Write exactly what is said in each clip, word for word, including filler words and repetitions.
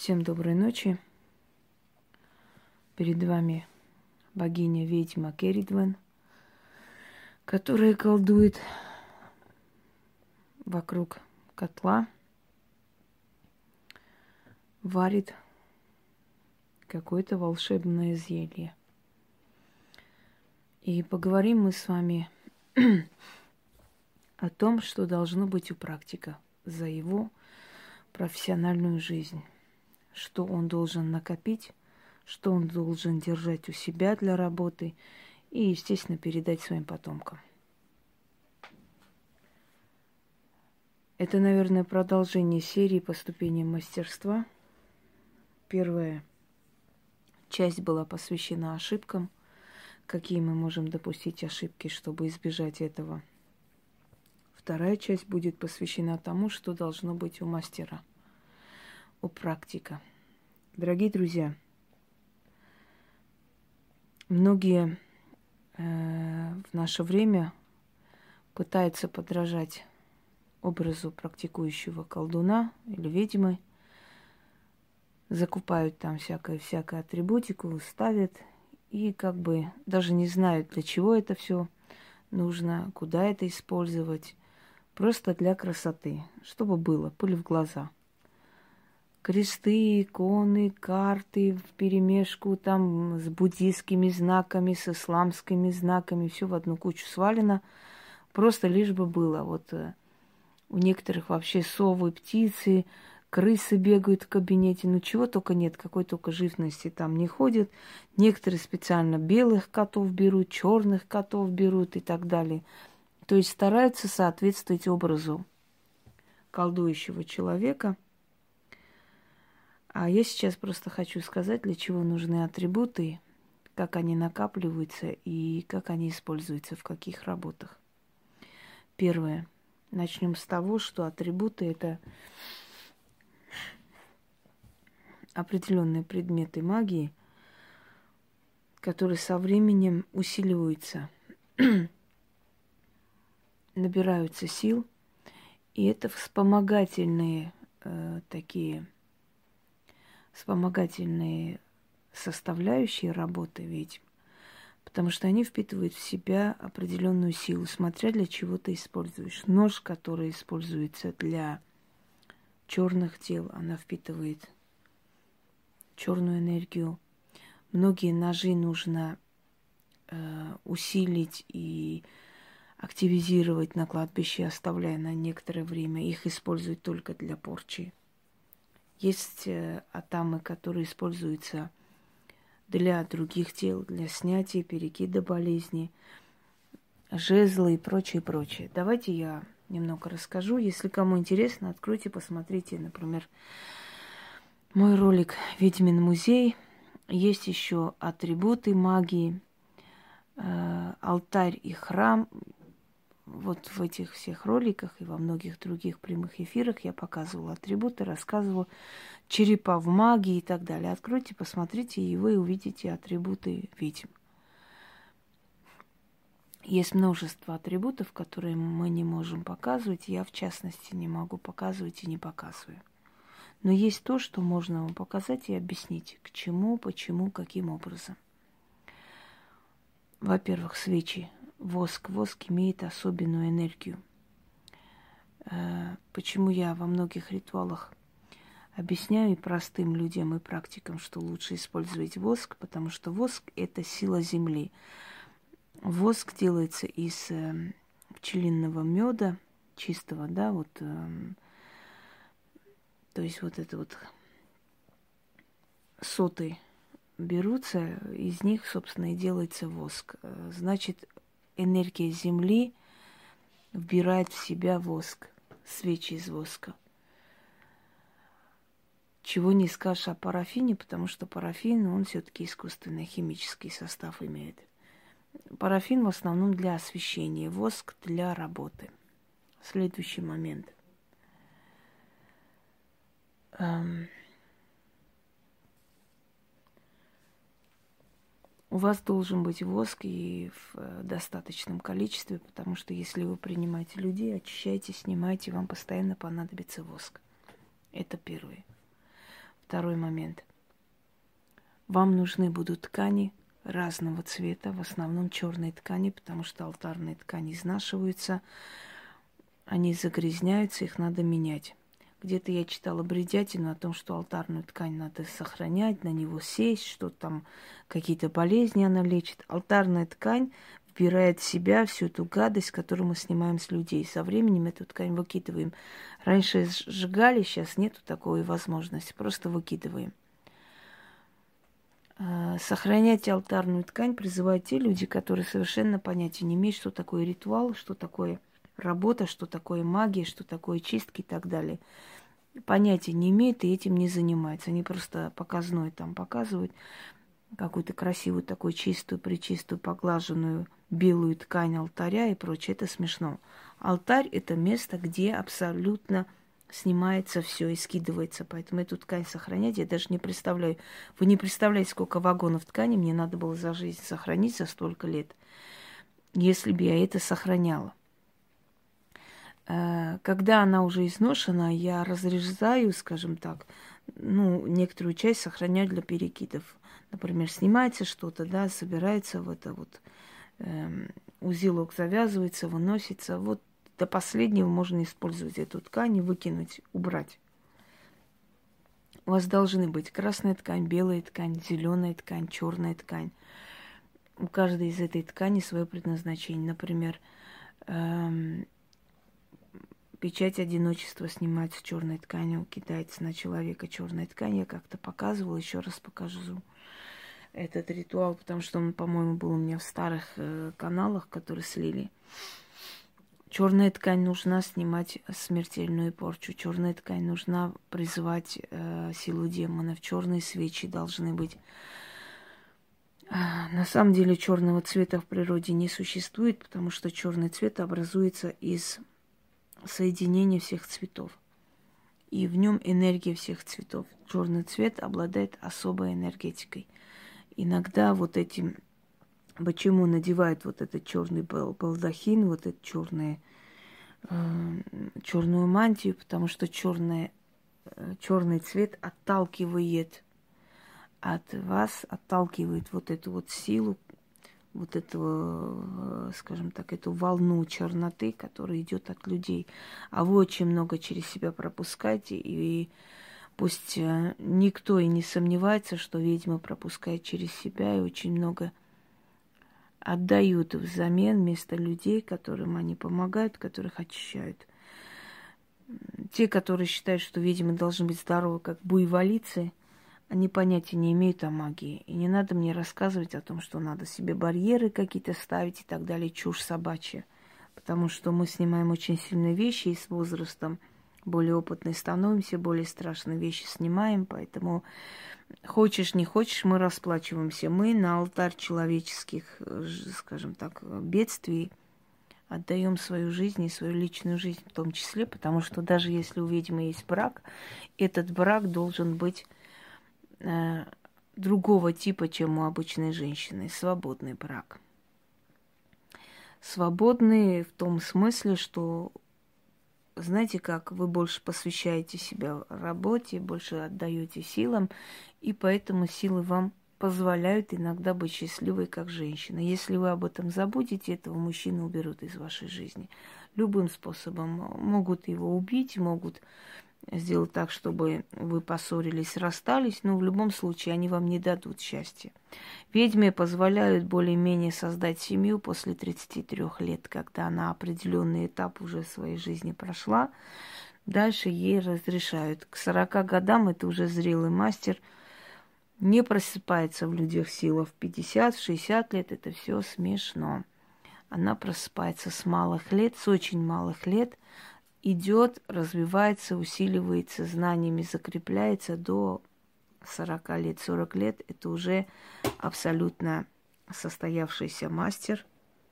Всем доброй ночи. Перед вами богиня-ведьма Керридвен, которая колдует вокруг котла, варит какое-то волшебное зелье. И поговорим мы с вами о том, что должно быть у практика за его профессиональную жизнь. Что он должен накопить, что он должен держать у себя для работы и, естественно, передать своим потомкам. Это, наверное, продолжение серии по ступеням мастерства. Первая часть была посвящена ошибкам, какие мы можем допустить ошибки, чтобы избежать этого. Вторая часть будет посвящена тому, что должно быть у мастера, у практика. Дорогие друзья, многие э, в наше время пытаются подражать образу практикующего колдуна или ведьмы, закупают там всякое-всякое атрибутику, ставят и как бы даже не знают, для чего это все нужно, куда это использовать, просто для красоты, чтобы было, пыль в глаза. Кресты, иконы, карты вперемешку там с буддийскими знаками, с исламскими знаками, все в одну кучу свалено, просто лишь бы было. Вот у некоторых вообще совы, птицы, крысы бегают в кабинете, ну чего только нет, какой только живности там не ходит. Некоторые специально белых котов берут, черных котов берут и так далее. То есть стараются соответствовать образу колдующего человека. А я сейчас просто хочу сказать, для чего нужны атрибуты, как они накапливаются и как они используются в каких работах. Первое. Начнем с того, что атрибуты – это определенные предметы магии, которые со временем усиливаются, набираются сил, и это вспомогательные э, такие вспомогательные составляющие работы ведьм, потому что они впитывают в себя определенную силу, смотря для чего ты используешь. Нож, который используется для черных дел, она впитывает черную энергию. Многие ножи нужно э, усилить и активизировать на кладбище, оставляя на некоторое время. Их используют только для порчи. Есть э, атамы, которые используются для других дел, для снятия, перекида болезни, жезлы и прочее, прочее. Давайте я немного расскажу. Если кому интересно, откройте, посмотрите, например, мой ролик «Ведьмин музей». Есть еще атрибуты магии, э, алтарь и храм. Вот в этих всех роликах и во многих других прямых эфирах я показывала атрибуты, рассказывала черепа в магии и так далее. Откройте, посмотрите, и вы увидите атрибуты ведьм. Есть множество атрибутов, которые мы не можем показывать. Я, в частности, не могу показывать и не показываю. Но есть то, что можно вам показать и объяснить, к чему, почему, каким образом. Во-первых, свечи. Воск. Воск имеет особенную энергию. Почему я во многих ритуалах объясняю и простым людям, и практикам, что лучше использовать воск, потому что воск – это сила земли. Воск делается из пчелиного меда, чистого, да, вот, то есть вот это вот соты берутся, из них, собственно, и делается воск. Значит, энергия земли вбирает в себя воск, свечи из воска. Чего не скажешь о парафине, потому что парафин, он все-таки искусственный химический состав имеет. Парафин в основном для освещения, воск для работы. Следующий момент. Эм... У вас должен быть воск и в достаточном количестве, потому что если вы принимаете людей, очищаете, снимаете, вам постоянно понадобится воск. Это первое. Второй момент. Вам нужны будут ткани разного цвета, в основном черные ткани, потому что алтарные ткани изнашиваются, они загрязняются, их надо менять. Где-то я читала бредятину о том, что алтарную ткань надо сохранять, на него сесть, что там какие-то болезни она лечит. Алтарная ткань вбирает в себя всю эту гадость, которую мы снимаем с людей. Со временем эту ткань выкидываем. Раньше сжигали, сейчас нету такой возможности, просто выкидываем. Сохранять алтарную ткань призывают те люди, которые совершенно понятия не имеют, что такое ритуал, что такое работа, что такое магия, что такое чистки и так далее. Понятия не имеют и этим не занимаются. Они просто показной там показывают какую-то красивую, такую чистую, пречистую, поглаженную белую ткань алтаря и прочее. Это смешно. Алтарь – это место, где абсолютно снимается все и скидывается. Поэтому эту ткань сохранять я даже не представляю. Вы не представляете, сколько вагонов ткани мне надо было за жизнь сохранить за столько лет, если бы я это сохраняла. Когда она уже изношена, я разрезаю, скажем так, ну, некоторую часть сохраняю для перекидов. Например, снимается что-то, да, собирается в это вот, э, узелок завязывается, выносится. Вот до последнего можно использовать эту ткань, выкинуть, убрать. У вас должны быть красная ткань, белая ткань, зеленая ткань, черная ткань. У каждой из этой ткани свое предназначение. Например, эм, печать одиночества снимается черной тканью, кидается на человека черная ткань. Я как-то показывала, еще раз покажу этот ритуал, потому что он, по-моему, был у меня в старых э, каналах, которые слили. Черная ткань нужна снимать смертельную порчу. Черная ткань нужна призывать э, силу демонов. Черные свечи должны быть. А, на самом деле черного цвета в природе не существует, потому что черный цвет образуется из соединения всех цветов. И в нем энергия всех цветов. Черный цвет обладает особой энергетикой. Иногда вот этим, почему надевают вот этот черный балдахин, вот этот черный, э, черную мантию, потому что черный, э, черный цвет отталкивает от вас, отталкивает вот эту вот силу, вот эту, скажем так, эту волну черноты, которая идет от людей. А вы очень много через себя пропускаете, и пусть никто и не сомневается, что ведьма пропускает через себя, и очень много отдают взамен вместо людей, которым они помогают, которых очищают. Те, которые считают, что ведьмы должны быть здоровы, как буйволицы, они понятия не имеют о магии. И не надо мне рассказывать о том, что надо себе барьеры какие-то ставить и так далее, чушь собачья. Потому что мы снимаем очень сильные вещи, и с возрастом более опытные становимся, более страшные вещи снимаем. Поэтому хочешь, не хочешь, мы расплачиваемся. Мы на алтарь человеческих, скажем так, бедствий отдаем свою жизнь и свою личную жизнь в том числе, потому что даже если у ведьмы есть брак, этот брак должен быть э, другого типа, чем у обычной женщины. Свободный брак. Свободный в том смысле, что, знаете как, вы больше посвящаете себя работе, больше отдаете силам, и поэтому силы вам позволяют иногда быть счастливой как женщина. Если вы об этом забудете, этого мужчину уберут из вашей жизни. Любым способом. Могут его убить, могут сделать так, чтобы вы поссорились, расстались, но в любом случае они вам не дадут счастья. Ведьме позволяют более-менее создать семью после тридцати трёх лет, когда она определенный этап уже своей жизни прошла. Дальше ей разрешают. К сорока годам это уже зрелый мастер. Не просыпается в людях сила в пятьдесят, в шестьдесят лет. Это все смешно. Она просыпается с малых лет, с очень малых лет. Идет, развивается, усиливается, знаниями закрепляется до сорока лет. сорок лет – это уже абсолютно состоявшийся мастер.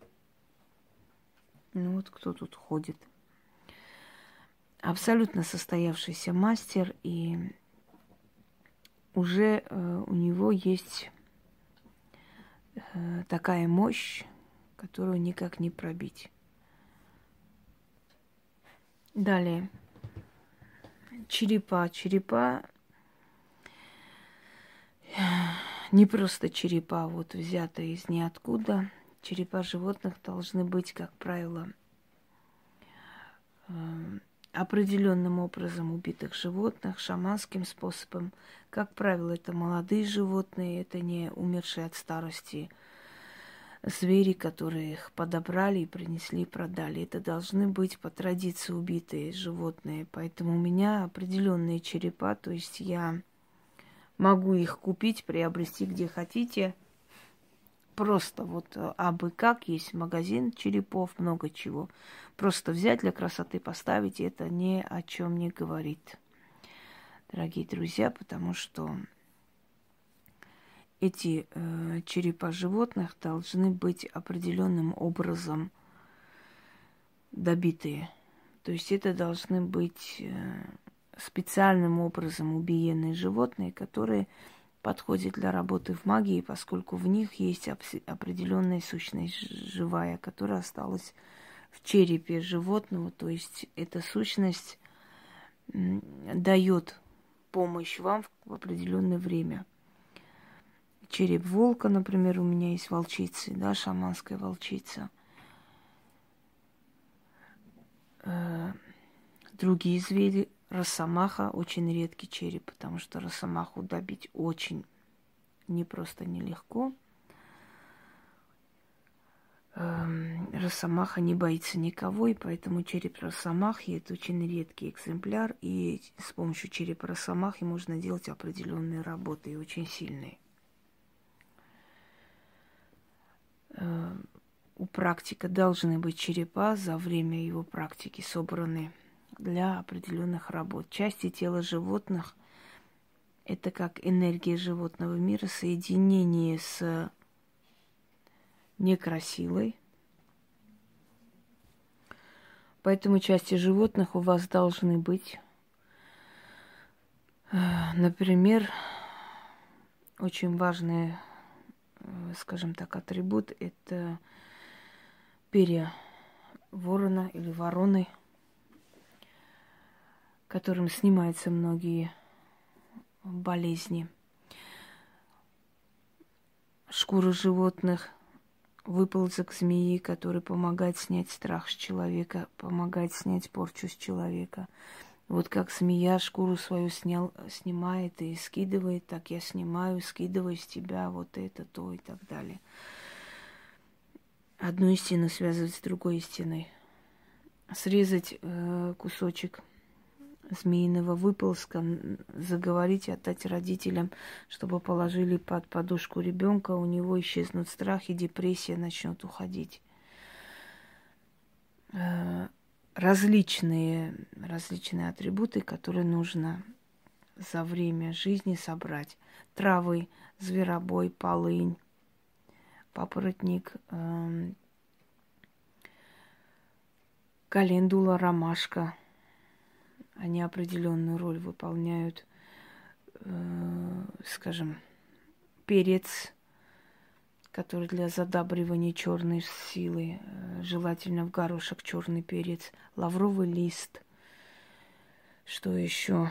Ну вот кто тут ходит. Абсолютно состоявшийся мастер, и уже э, у него есть э, такая мощь, которую никак не пробить. Далее. Черепа. Черепа не просто черепа, вот взятые из ниоткуда. Черепа животных должны быть, как правило, определенным образом убитых животных, шаманским способом. Как правило, это молодые животные, это не умершие от старости звери, которые их подобрали и принесли и продали. Это должны быть по традиции убитые животные. Поэтому у меня определенные черепа, то есть я могу их купить, приобрести где хотите. Просто вот абы как есть магазин черепов, много чего. Просто взять для красоты, поставить, это ни о чем не говорит, дорогие друзья, потому что эти э, черепа животных должны быть определенным образом добитые. То есть это должны быть э, специальным образом убиенные животные, которые подходят для работы в магии, поскольку в них есть определенная сущность живая, которая осталась в черепе животного. То есть эта сущность дает помощь вам в определенное время. Череп волка, например, у меня есть волчицы, да, шаманская волчица. Другие звери, росомаха, очень редкий череп, потому что росомаху добить очень не просто нелегко. Росомаха не боится никого, и поэтому череп росомахи – это очень редкий экземпляр, и с помощью черепа росомахи можно делать определенные работы, и очень сильные. У практика должны быть черепа за время его практики собраны для определенных работ. Части тела животных – это как энергия животного мира, соединение с некрасилой. Поэтому части животных у вас должны быть. Например, очень важный, скажем так, атрибут – это перья ворона или вороны, которым снимаются многие болезни. Шкура животных, выползок змеи, который помогает снять страх с человека, помогает снять порчу с человека. Вот как змея шкуру свою снял, снимает и скидывает, так я снимаю, скидываю с тебя вот это, то и так далее. Одну истину связывать с другой истиной. Срезать э, кусочек змеиного выползка, заговорить, отдать родителям, чтобы положили под подушку ребенка, у него исчезнут страх и депрессия начнет уходить. Э, различные, различные атрибуты, которые нужно за время жизни собрать. Травы, зверобой, полынь, папоротник, э, календула, ромашка. Они определенную роль выполняют. Э, скажем, перец, который для задабривания черной силы, э, желательно в горошек черный перец, лавровый лист. Что еще?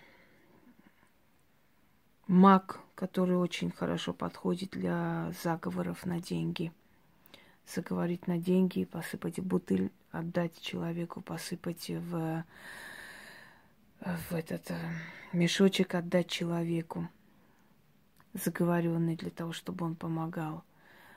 Мак, который очень хорошо подходит для заговоров на деньги. Заговорить на деньги, посыпать в бутыль, отдать человеку, посыпать в, в этот мешочек, отдать человеку, заговоренный для того, чтобы он помогал.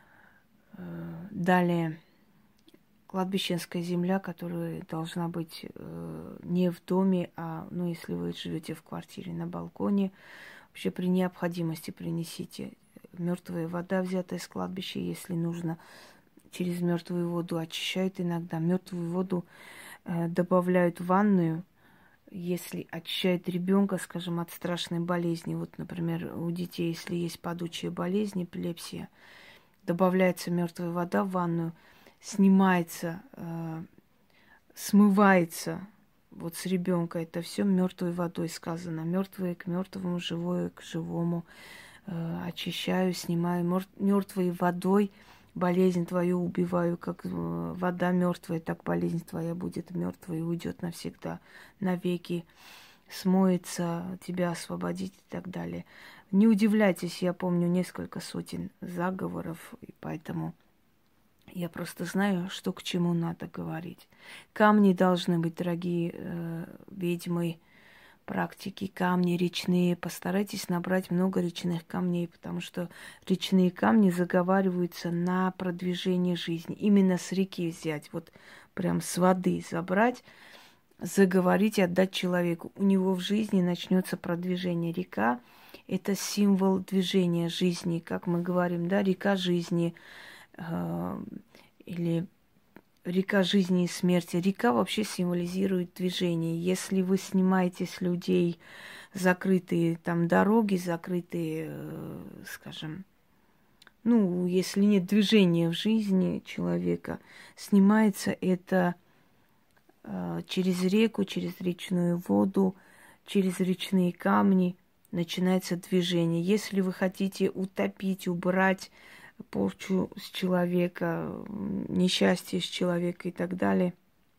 Далее, кладбищенская земля, которая должна быть не в доме, а, ну, если вы живете в квартире, на балконе, вообще при необходимости принесите. Мертвая вода, взятая с кладбища, если нужно, через мертвую воду очищают иногда. Мертвую воду э, добавляют в ванную, если очищают ребенка, скажем, от страшной болезни. Вот, например, у детей, если есть падучая болезнь, эпилепсия, добавляется мертвая вода в ванную, снимается, э, смывается вот с ребенка. Это все мертвой водой сказано. Мертвое к мертвому, живое к живому. Э, очищаю, снимаю мертвой водой. Болезнь твою убиваю, как вода мертвая, так болезнь твоя будет мертвой и уйдет навсегда, навеки. смоется, тебя освободить и так далее. Не удивляйтесь, я помню несколько сотен заговоров, и поэтому я просто знаю, что к чему надо говорить. Камни должны быть, дорогие э, ведьмы, практики, камни речные. Постарайтесь набрать много речных камней, потому что речные камни заговариваются на продвижение жизни. Именно с реки взять, вот прям с воды забрать, заговорить, отдать человеку. У него в жизни начнется продвижение. Река – это символ движения жизни, как мы говорим, да, река жизни э, или река жизни и смерти. Река вообще символизирует движение. Если вы снимаете с людей закрытые там дороги, закрытые, э, скажем, ну, если нет движения в жизни человека, снимается это э, через реку, через речную воду, через речные камни, начинается движение. Если вы хотите утопить, убрать порчу с человека, несчастье с человека и так далее.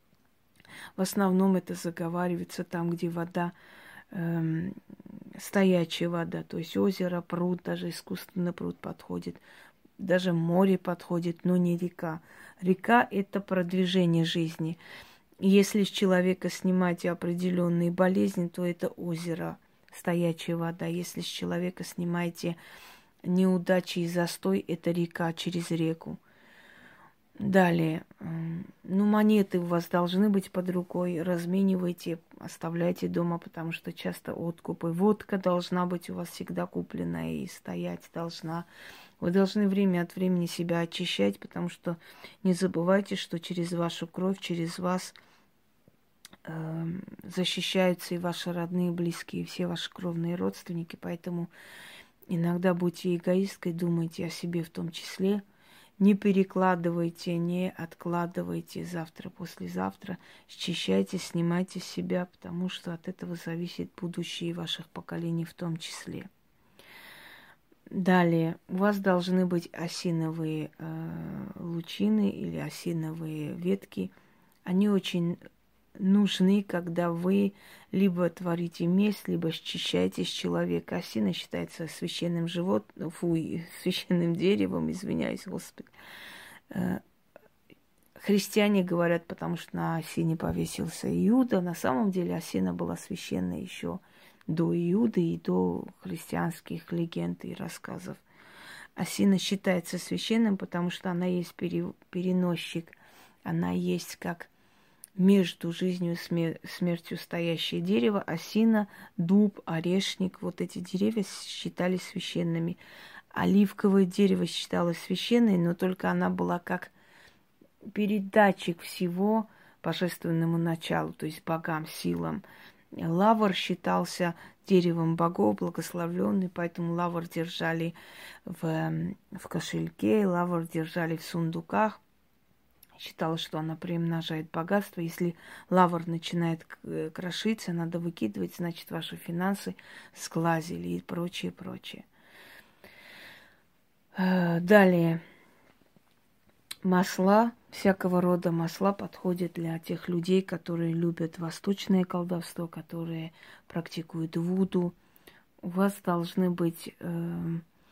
В основном это заговаривается там, где вода, эм, стоячая вода, то есть озеро, пруд, даже искусственный пруд подходит, даже море подходит, но не река. Река – это продвижение жизни. Если с человека снимать определенные болезни, то это озеро, стоячая вода. Если с человека снимаете неудачи и застой – это река через реку. Далее, ну, монеты у вас должны быть под рукой, разменивайте, оставляйте дома, потому что часто откупы. Водка должна быть у вас всегда куплена и стоять должна. Вы должны время от времени себя очищать, потому что не забывайте, что через вашу кровь, через вас э, защищаются и ваши родные, близкие, все ваши кровные родственники, поэтому иногда будьте эгоисткой, думайте о себе в том числе. Не перекладывайте, не откладывайте завтра, послезавтра. Счищайте, снимайте с себя, потому что от этого зависит будущее ваших поколений в том числе. Далее, у вас должны быть осиновые э, лучины или осиновые ветки. Они очень нужны, когда вы либо творите месть, либо счищаете с человека. Осина считается священным животным, фу, священным деревом, извиняюсь, Господи. Христиане говорят, потому что на осине повесился Иуда. На самом деле осина была священной еще до Иуды и до христианских легенд и рассказов. Осина считается священным, потому что она есть пере, переносчик, она есть как между жизнью и смер- смертью стоящее дерево. Осина, дуб, орешник, вот эти деревья считались священными. Оливковое дерево считалось священной, но только она была как передатчик всего божественному началу, то есть богам, силам. Лавр считался деревом богов, благословленный, поэтому лавр держали в, в кошельке, лавр держали в сундуках. Считалось, что она приумножает богатство. Если лавр начинает крошиться, надо выкидывать, значит, ваши финансы сглазили и прочее, прочее. Далее. Масла, всякого рода масла подходят для тех людей, которые любят восточное колдовство, которые практикуют вуду. У вас должны быть э,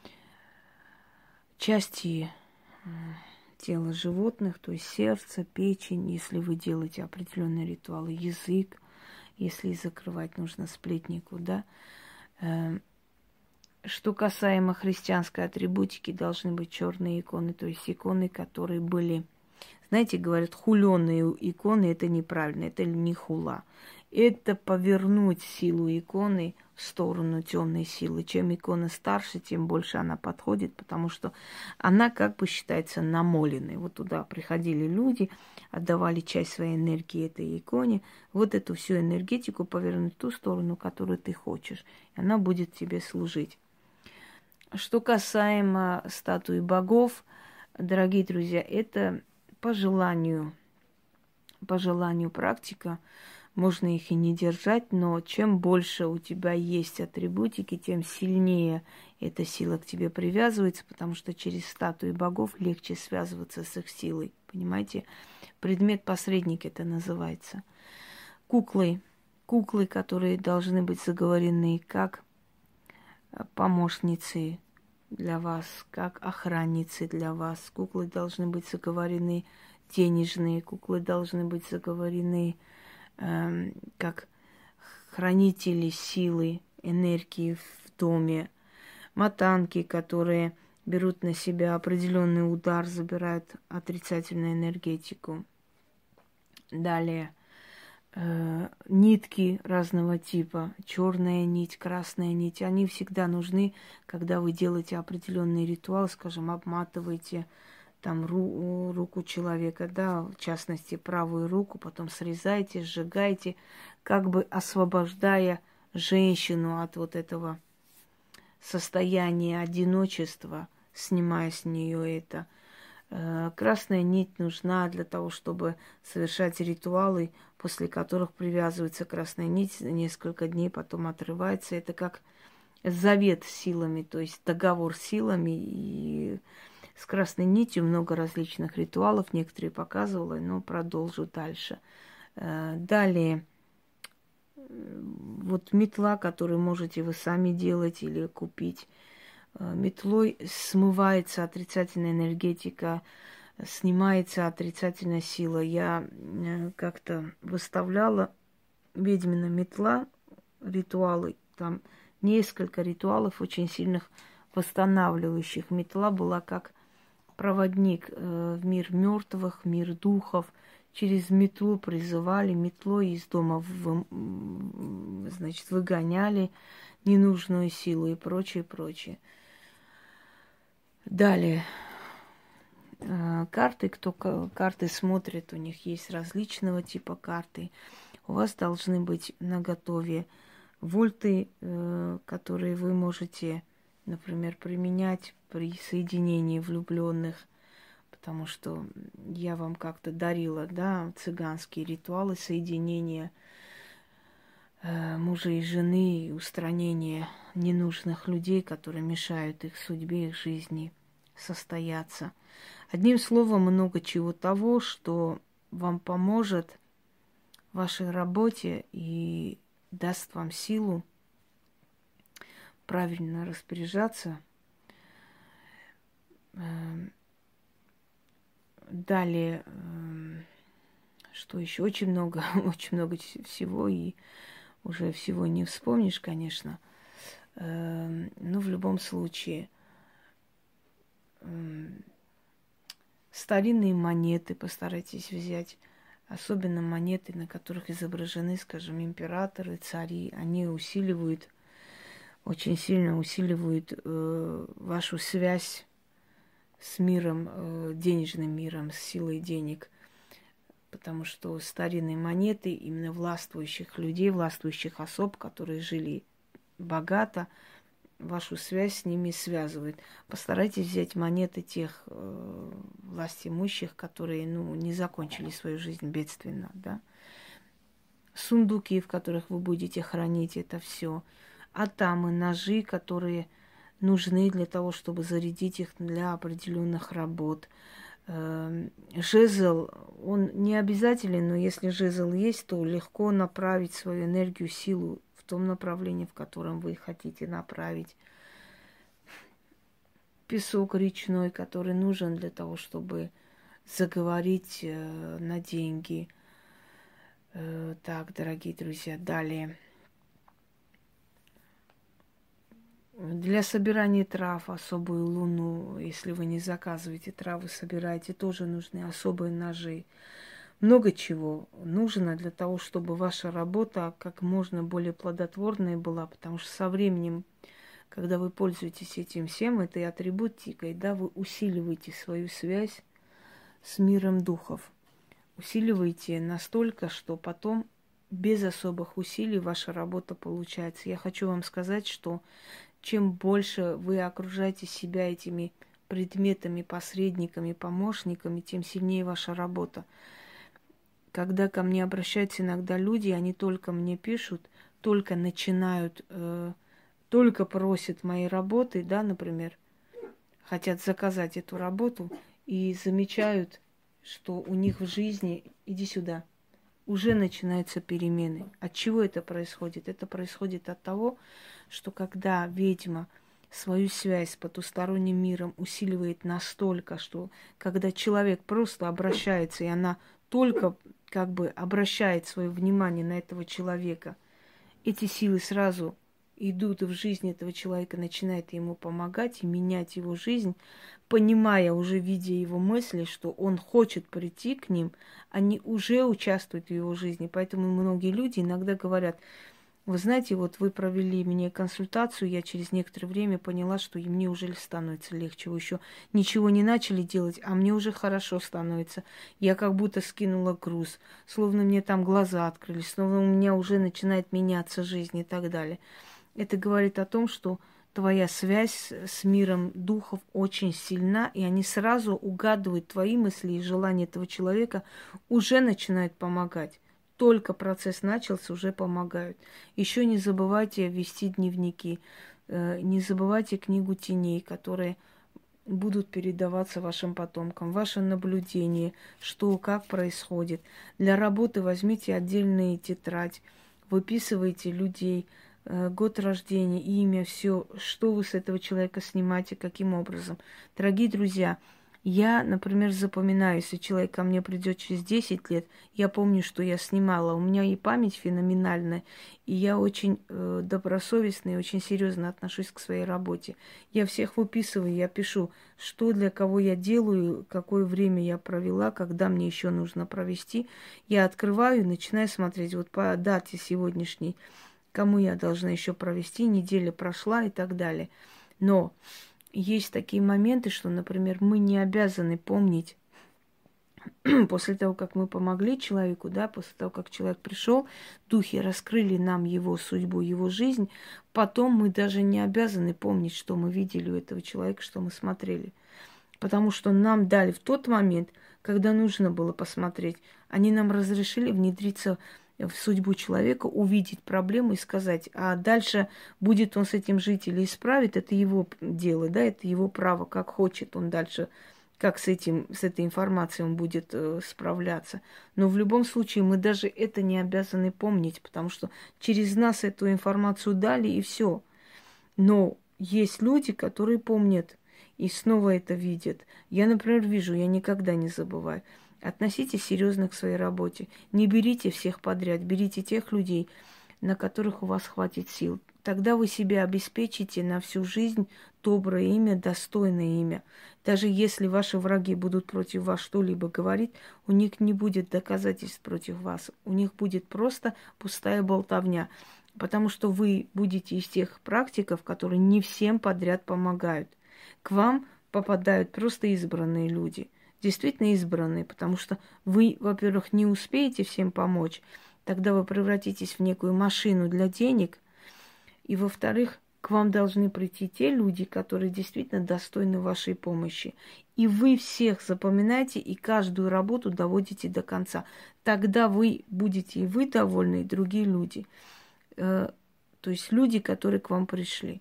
части э, тела животных, то есть сердце, печень, если вы делаете определенные ритуалы, язык, если закрывать нужно сплетнику, да. Э, Что касаемо христианской атрибутики, должны быть черные иконы, то есть иконы, которые были, знаете, говорят, хуленые иконы, это неправильно, это не хула. Это повернуть силу иконы в сторону темной силы. Чем икона старше, тем больше она подходит, потому что она как бы считается намоленной. Вот туда приходили люди, отдавали часть своей энергии этой иконе. Вот эту всю энергетику повернуть в ту сторону, которую ты хочешь. И она будет тебе служить. Что касаемо статуи богов, дорогие друзья, это по желанию, по желанию практика. Можно их и не держать, но чем больше у тебя есть атрибутики, тем сильнее эта сила к тебе привязывается, потому что через статуи богов легче связываться с их силой. Понимаете? Предмет-посредник это называется. Куклы. куклы, которые должны быть заговорены как помощницы для вас, как охранницы для вас. Куклы должны быть заговорены денежные, куклы должны быть заговорены э, как хранители силы, энергии в доме. Матанки, которые берут на себя определенный удар, забирают отрицательную энергетику. Далее э, нитки разного типа, черная нить, красная нить, они всегда нужны, когда вы делаете определенный ритуал, скажем, обматываете там ру, руку человека, да, в частности правую руку, потом срезаете, сжигаете, как бы освобождая женщину от вот этого состояния одиночества, снимая с нее это. Красная нить нужна для того, чтобы совершать ритуалы, после которых привязывается красная нить, несколько дней потом отрывается. Это как завет с силами, то есть договор с силами. И с красной нитью много различных ритуалов, некоторые показывала, но продолжу дальше. Далее, вот метла, которую можете вы сами делать или купить. Метлой смывается отрицательная энергетика, снимается отрицательная сила. Я как-то выставляла ведьмина метла, ритуалы, там несколько ритуалов очень сильных восстанавливающих. Метла была как проводник в мир мертвых, в мир духов. Через метлу призывали, метлой из дома вы, значит, выгоняли ненужную силу и прочее, прочее. Далее. Карты, кто карты смотрит, у них есть различного типа карты. У вас должны быть наготове вольты, которые вы можете, например, применять при соединении влюбленных, потому что я вам как-то дарила, да, цыганские ритуалы соединения э, мужа и жены, устранения ненужных людей, которые мешают их судьбе, их жизни состояться. Одним словом, много чего того, что вам поможет в вашей работе и даст вам силу правильно распоряжаться. Далее, что еще? Очень много, очень много всего, и уже всего не вспомнишь, конечно. Но в любом случае, старинные монеты постарайтесь взять, особенно монеты, на которых изображены, скажем, императоры, цари. Они усиливают, очень сильно усиливают э, вашу связь с миром, э, денежным миром, с силой денег. Потому что старинные монеты именно властвующих людей, властвующих особ, которые жили богато, вашу связь с ними связывает. Постарайтесь взять монеты тех э, властимущих, которые, ну, не закончили свою жизнь бедственно, да. Сундуки, в которых вы будете хранить это все. Атамы, ножи, которые нужны для того, чтобы зарядить их для определенных работ. Э, жезл, он не обязателен, но если жезл есть, то легко направить свою энергию, силу в том направлении, в котором вы хотите направить. Песок речной, который нужен для того, чтобы заговорить э, на деньги. Э, так, дорогие друзья, далее. Для собирания трав особую луну, если вы не заказываете травы, собираете, тоже нужны особые ножи. Много чего нужно для того, чтобы ваша работа как можно более плодотворной была, потому что со временем, когда вы пользуетесь этим всем, этой атрибутикой, да, вы усиливаете свою связь с миром духов. Усиливаете настолько, что потом без особых усилий ваша работа получается. Я хочу вам сказать, что чем больше вы окружаете себя этими предметами, посредниками, помощниками, тем сильнее ваша работа. Когда ко мне обращаются иногда люди, они только мне пишут, только начинают, э, только просят моей работы, да, например, хотят заказать эту работу и замечают, что у них в жизни, иди сюда, уже начинаются перемены. От чего это происходит? Это происходит от того, что когда ведьма свою связь с потусторонним миром усиливает настолько, что когда человек просто обращается, и она только как бы обращает свое внимание на этого человека, эти силы сразу идут в жизнь этого человека, начинают ему помогать и менять его жизнь, понимая, уже видя его мысли, что он хочет прийти к ним, они уже участвуют в его жизни. Поэтому многие люди иногда говорят: вы знаете, вот вы провели мне консультацию, я через некоторое время поняла, что и мне уже становится легче. Вы еще ничего не начали делать, а мне уже хорошо становится. Я как будто скинула груз, словно мне там глаза открылись, словно у меня уже начинает меняться жизнь и так далее. Это говорит о том, что твоя связь с миром духов очень сильна, и они сразу угадывают твои мысли и желания этого человека, уже начинают помогать. Только процесс начался, уже помогают. Еще не забывайте вести дневники, не забывайте книгу теней, которые будут передаваться вашим потомкам, ваше наблюдение, что, как происходит. Для работы возьмите отдельную тетрадь, выписывайте людей, год рождения, имя, все, что вы с этого человека снимаете, каким образом. Дорогие друзья, я, например, запоминаю, если человек ко мне придет через десять лет, я помню, что я снимала. У меня и память феноменальная, и я очень э, добросовестно и очень серьезно отношусь к своей работе. Я всех выписываю, я пишу, что для кого я делаю, какое время я провела, когда мне еще нужно провести. Я открываю и начинаю смотреть вот по дате сегодняшней, кому я должна еще провести, неделя прошла и так далее. Но есть такие моменты, что, например, мы не обязаны помнить после того, как мы помогли человеку, да, после того, как человек пришел, духи раскрыли нам его судьбу, его жизнь, потом мы даже не обязаны помнить, что мы видели у этого человека, что мы смотрели. Потому что нам дали в тот момент, когда нужно было посмотреть, они нам разрешили внедриться в судьбу человека, увидеть проблему и сказать, а дальше будет он с этим жить или исправит, это его дело, да, это его право, как хочет он дальше, как с этим, с этой информацией он будет э, справляться. Но в любом случае мы даже это не обязаны помнить, потому что через нас эту информацию дали и все. Но есть люди, которые помнят и снова это видят. Я, например, вижу, я никогда не забываю. Относитесь серьезно к своей работе. Не берите всех подряд, берите тех людей, на которых у вас хватит сил. Тогда вы себя обеспечите на всю жизнь доброе имя, достойное имя. Даже если ваши враги будут против вас что-либо говорить, у них не будет доказательств против вас. У них будет просто пустая болтовня. Потому что вы будете из тех практиков, которые не всем подряд помогают. К вам попадают просто избранные люди. Действительно избранные, потому что вы, во-первых, не успеете всем помочь, тогда вы превратитесь в некую машину для денег, и, во-вторых, к вам должны прийти те люди, которые действительно достойны вашей помощи. И вы всех запоминаете и каждую работу доводите до конца. Тогда вы будете и вы довольны, и другие люди. То есть люди, которые к вам пришли.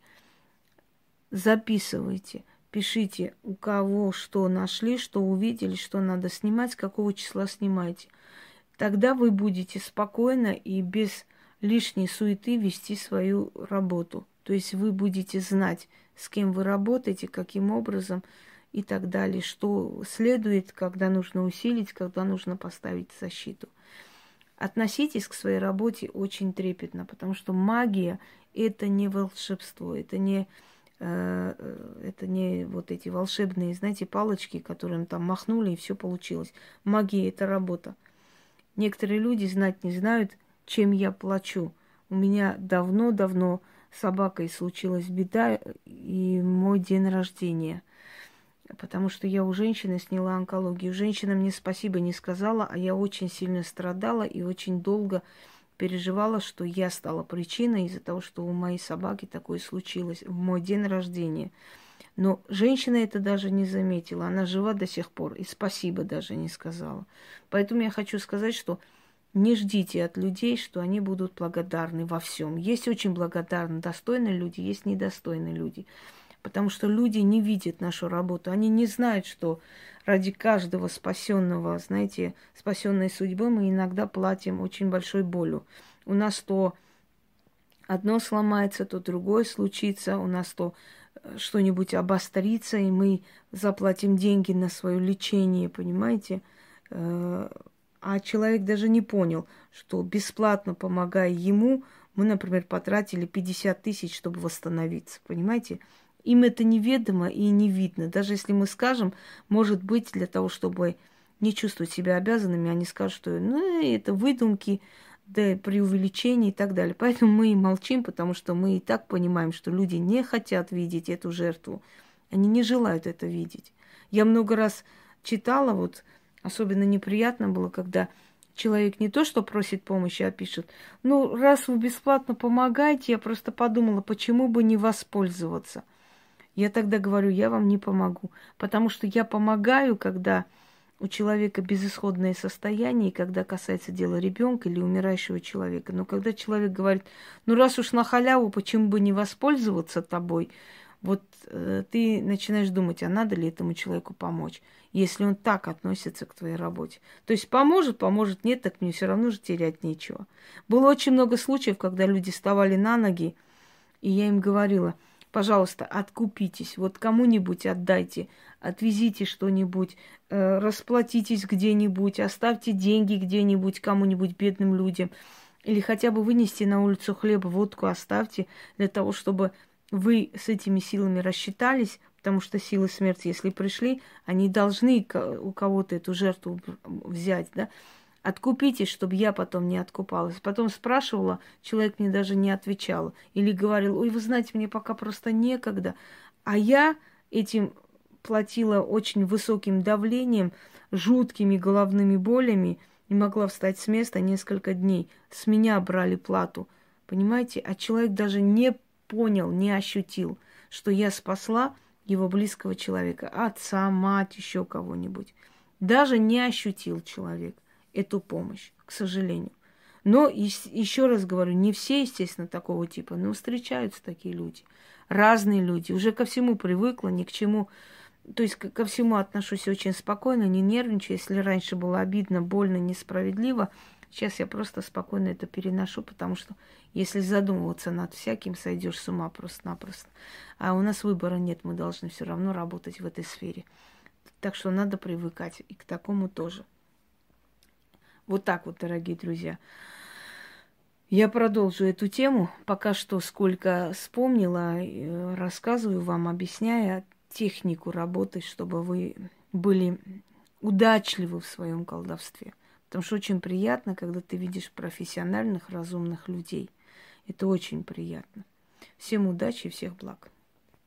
Записывайте. Пишите, у кого что нашли, что увидели, что надо снимать, с какого числа снимаете. Тогда вы будете спокойно и без лишней суеты вести свою работу. То есть вы будете знать, с кем вы работаете, каким образом и так далее, что следует, когда нужно усилить, когда нужно поставить защиту. Относитесь к своей работе очень трепетно, потому что магия – это не волшебство, это не... Это не вот эти волшебные, знаете, палочки, которым там махнули, и все получилось. Магия – это работа. Некоторые люди знать не знают, чем я плачу. У меня давно-давно с собакой случилась беда, и мой день рождения. Потому что я у женщины сняла онкологию. Женщина мне спасибо не сказала, а я очень сильно страдала и очень долго переживала, что я стала причиной из-за того, что у моей собаки такое случилось в мой день рождения. Но женщина это даже не заметила. Она жива до сих пор и спасибо даже не сказала. Поэтому я хочу сказать, что не ждите от людей, что они будут благодарны во всем. Есть очень благодарны достойные люди, есть недостойные люди. Потому что люди не видят нашу работу. Они не знают, что ради каждого спасенного, знаете, спасенной судьбы мы иногда платим очень большой болью. У нас то одно сломается, то другое случится, у нас то что-нибудь обострится, и мы заплатим деньги на свое лечение, понимаете? А человек даже не понял, что бесплатно помогая ему, мы, например, потратили пятьдесят тысяч, чтобы восстановиться, понимаете? Им это неведомо и не видно. Даже если мы скажем, может быть, для того, чтобы не чувствовать себя обязанными, они скажут, что ну, это выдумки, да, преувеличение и так далее. Поэтому мы и молчим, потому что мы и так понимаем, что люди не хотят видеть эту жертву. Они не желают это видеть. Я много раз читала, вот особенно неприятно было, когда человек не то что просит помощи, а пишет: ну, раз вы бесплатно помогаете, я просто подумала, почему бы не воспользоваться. Я тогда говорю: я вам не помогу, потому что я помогаю, когда у человека безысходное состояние, когда касается дела ребенка или умирающего человека. Но когда человек говорит: ну, раз уж на халяву, почему бы не воспользоваться тобой, вот э, ты начинаешь думать, а надо ли этому человеку помочь, если он так относится к твоей работе. То есть поможет, поможет, нет, так мне все равно же терять нечего. Было очень много случаев, когда люди вставали на ноги, и я им говорила: пожалуйста, откупитесь, вот кому-нибудь отдайте, отвезите что-нибудь, э, расплатитесь где-нибудь, оставьте деньги где-нибудь кому-нибудь, бедным людям, или хотя бы вынести на улицу хлеб, водку оставьте, для того, чтобы вы с этими силами рассчитались, потому что силы смерти, если пришли, они должны у кого-то эту жертву взять, да. Откупитесь, чтобы я потом не откупалась. Потом спрашивала, человек мне даже не отвечал. Или говорил: ой, вы знаете, мне пока просто некогда. А я этим платила очень высоким давлением, жуткими головными болями, не могла встать с места несколько дней. С меня брали плату, понимаете? А человек даже не понял, не ощутил, что я спасла его близкого человека, отца, мать, еще кого-нибудь. Даже не ощутил человек эту помощь, к сожалению. Но еще раз говорю, не все, естественно, такого типа, но встречаются такие люди. Разные люди. Уже ко всему привыкла, ни к чему. То есть ко всему отношусь очень спокойно, не нервничаю. Если раньше было обидно, больно, несправедливо, сейчас я просто спокойно это переношу, потому что если задумываться над всяким, сойдешь с ума просто-напросто. А у нас выбора нет, мы должны все равно работать в этой сфере. Так что надо привыкать и к такому тоже. Вот так вот, дорогие друзья. Я продолжу эту тему. Пока что, сколько вспомнила, рассказываю вам, объясняя технику работы, чтобы вы были удачливы в своем колдовстве. Потому что очень приятно, когда ты видишь профессиональных, разумных людей. Это очень приятно. Всем удачи и всех благ.